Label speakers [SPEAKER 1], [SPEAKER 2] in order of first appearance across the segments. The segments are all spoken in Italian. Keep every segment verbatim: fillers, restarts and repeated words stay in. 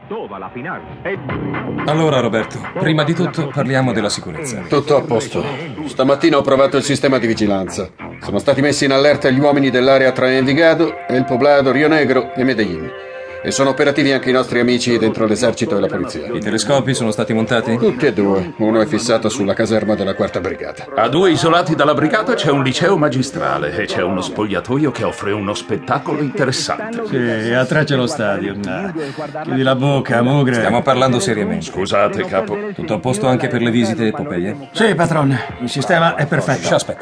[SPEAKER 1] Allora, Roberto, prima di tutto parliamo della sicurezza.
[SPEAKER 2] Tutto a posto. Stamattina ho provato il sistema di vigilanza. Sono stati messi in allerta gli uomini dell'area tra Envigado e il poblado Rio Negro e Medellin. E sono operativi anche i nostri amici dentro l'esercito e la polizia.
[SPEAKER 1] I telescopi sono stati montati?
[SPEAKER 2] Tutti e due. Uno è fissato sulla caserma della quarta brigata.
[SPEAKER 3] A due isolati dalla brigata c'è un liceo magistrale e c'è uno spogliatoio che offre uno spettacolo interessante.
[SPEAKER 4] Sì, e a tre c'è lo stadio. Ah, chiudi la bocca, mugre.
[SPEAKER 1] Stiamo parlando seriamente.
[SPEAKER 3] Scusate, capo.
[SPEAKER 1] Tutto a posto anche per le visite Popeye?
[SPEAKER 4] Sì, patron. Il sistema è perfetto.
[SPEAKER 1] Aspetta.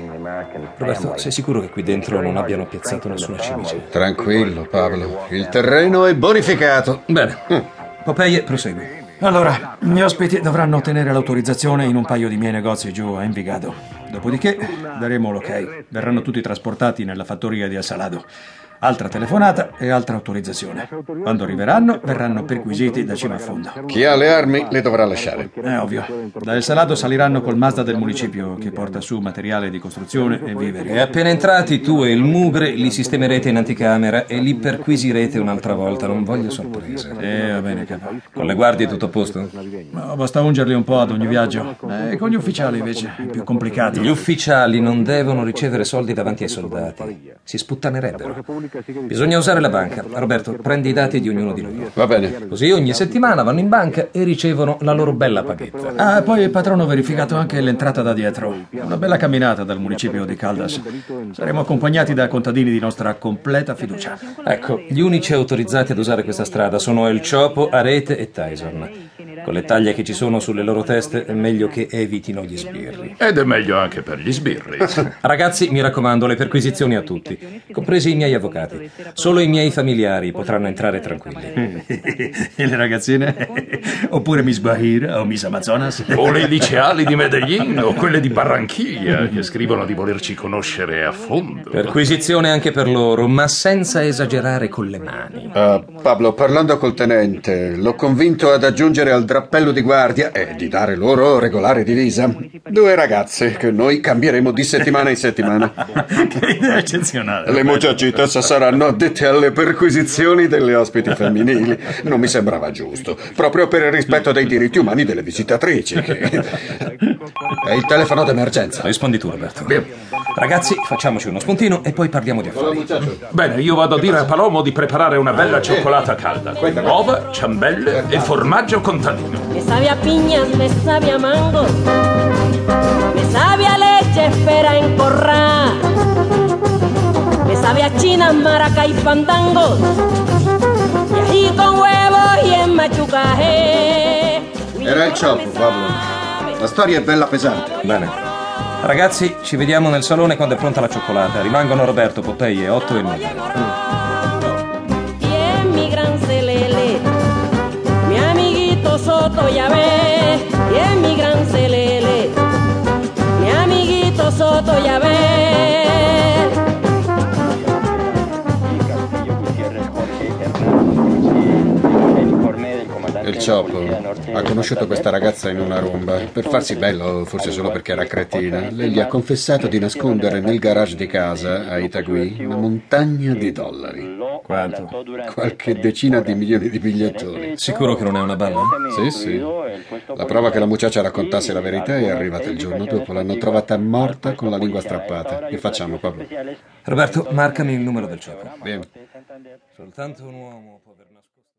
[SPEAKER 1] Roberto, sei sicuro che qui dentro non abbiano piazzato nessuna cimice?
[SPEAKER 2] Tranquillo, Pablo. Il terreno è bonificato.
[SPEAKER 1] Bene. Popeye, prosegui.
[SPEAKER 4] Allora, gli ospiti dovranno ottenere l'autorizzazione in un paio di miei negozi giù a Envigado. Dopodiché daremo l'ok. Verranno tutti trasportati nella fattoria di El Salado. Altra telefonata e altra autorizzazione. Quando arriveranno, verranno perquisiti da cima a fondo.
[SPEAKER 2] Chi ha le armi le dovrà lasciare.
[SPEAKER 4] È ovvio. Da El Salado saliranno col Mazda del municipio che porta su materiale di costruzione e viveri.
[SPEAKER 1] E appena entrati, tu e il mugre li sistemerete in anticamera e li perquisirete un'altra volta. Non voglio sorprese.
[SPEAKER 4] Eh, va bene, capo.
[SPEAKER 1] Con le guardie tutto a posto?
[SPEAKER 4] No, basta ungerli un po' ad ogni viaggio. E con gli ufficiali, invece, è più complicato.
[SPEAKER 1] Gli ufficiali non devono ricevere soldi davanti ai soldati. Si sputtanerebbero. Bisogna usare la banca. Roberto, prendi i dati di ognuno di loro.
[SPEAKER 2] Va bene.
[SPEAKER 1] Così ogni settimana vanno in banca e ricevono la loro bella paghetta.
[SPEAKER 4] Ah, poi il patrono ha verificato anche l'entrata da dietro. Una bella camminata dal municipio di Caldas. Saremo accompagnati da contadini di nostra completa fiducia.
[SPEAKER 1] Ecco, gli unici autorizzati ad usare questa strada sono El Chopo, Arete e Tyson. Con le taglie che ci sono sulle loro teste è meglio che evitino gli sbirri.
[SPEAKER 3] Ed è meglio anche per gli sbirri.
[SPEAKER 1] Ragazzi, mi raccomando, le perquisizioni a tutti, compresi i miei avvocati. Solo i miei familiari potranno entrare tranquilli.
[SPEAKER 4] E le ragazzine? Oppure Miss Bahira o Miss Amazonas?
[SPEAKER 3] O le liceali di Medellin o quelle di Barranquilla che scrivono di volerci conoscere a fondo.
[SPEAKER 1] Perquisizione anche per loro, ma senza esagerare con le mani.
[SPEAKER 2] Uh, Pablo, parlando col tenente, l'ho convinto ad aggiungere al drappello di guardia e di dare loro regolare divisa due ragazze che noi cambieremo di settimana in settimana.
[SPEAKER 4] Che idea eccezionale.
[SPEAKER 2] Le muchachitas saranno addette alle perquisizioni delle ospiti femminili. Non mi sembrava giusto, proprio per il rispetto dei diritti umani delle visitatrici. Che... È il telefono d'emergenza.
[SPEAKER 1] Rispondi tu, Roberto.
[SPEAKER 3] Bene.
[SPEAKER 1] Ragazzi, facciamoci uno spuntino e poi parliamo di affari.
[SPEAKER 3] Bene, io vado a dire a Palomo di preparare una bella cioccolata calda, con uova, ciambelle e formaggio contadino.
[SPEAKER 5] Me sabe a piñas, me sabe a mango, me sabe a leche, espera en corral, me sabe a chinas, maracay, fandangos, y ají con huevos y en machucaje.
[SPEAKER 2] Era il Chopo, Pablo. La storia è bella pesante.
[SPEAKER 1] Bene. Ragazzi, ci vediamo nel salone quando è pronta la cioccolata. Rimangono Roberto, Popeye, Otto e Nube.
[SPEAKER 5] Y en mi gran celele, mi amiguito Soto ya ve, y en mi gran celele, mi amiguito Soto ya ve.
[SPEAKER 2] Il Chopo ha conosciuto questa ragazza in una rumba. Per farsi bello, forse solo perché era cretina, lei gli ha confessato di nascondere nel garage di casa a Itagüí una montagna di dollari.
[SPEAKER 1] Quanto?
[SPEAKER 2] Qualche decina di milioni di bigliettoni.
[SPEAKER 1] Sicuro che non è una balla?
[SPEAKER 2] Sì, sì. La prova che la muchacha raccontasse la verità è arrivata il giorno dopo. L'hanno trovata morta con la lingua strappata. Che facciamo, Pablo?
[SPEAKER 1] Roberto, marcami il numero del Chopo.
[SPEAKER 2] Bene.
[SPEAKER 1] Soltanto un uomo...